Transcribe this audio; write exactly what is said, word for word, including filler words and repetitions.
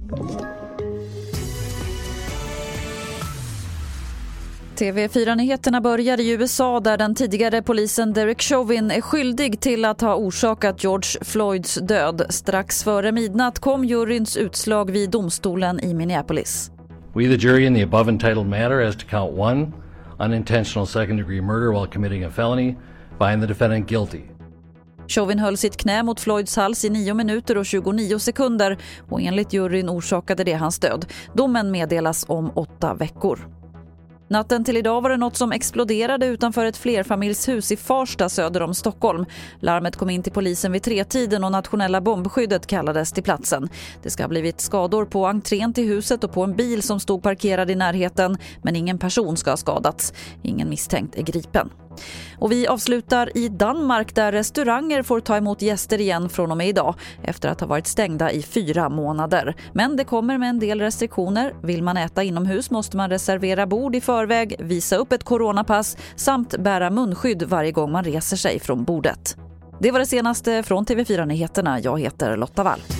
T V fyra-nyheterna börjar i U S A där den tidigare polisen Derek Chauvin är skyldig till att ha orsakat George Floyds död. Strax före midnatt kom juryns utslag vid domstolen i Minneapolis. We, the jury, in the above entitled matter as to count one, unintentional second-degree murder while committing a felony, find the defendant guilty. Chauvin höll sitt knä mot Floyds hals i nio minuter och tjugonio sekunder och enligt juryn orsakade det hans död. Domen meddelas om åtta veckor. Natten till idag var det något som exploderade utanför ett flerfamiljshus i Farsta söder om Stockholm. Larmet kom in till polisen vid tretiden och nationella bombskyddet kallades till platsen. Det ska ha blivit skador på entrén till huset och på en bil som stod parkerad i närheten, men ingen person ska ha skadats. Ingen misstänkt är gripen. Och vi avslutar i Danmark där restauranger får ta emot gäster igen från och med idag efter att ha varit stängda i fyra månader. Men det kommer med en del restriktioner. Vill man äta inomhus måste man reservera bord i förväg, visa upp ett coronapass samt bära munskydd varje gång man reser sig från bordet. Det var det senaste från T V fyra-nyheterna. Jag heter Lotta Wall.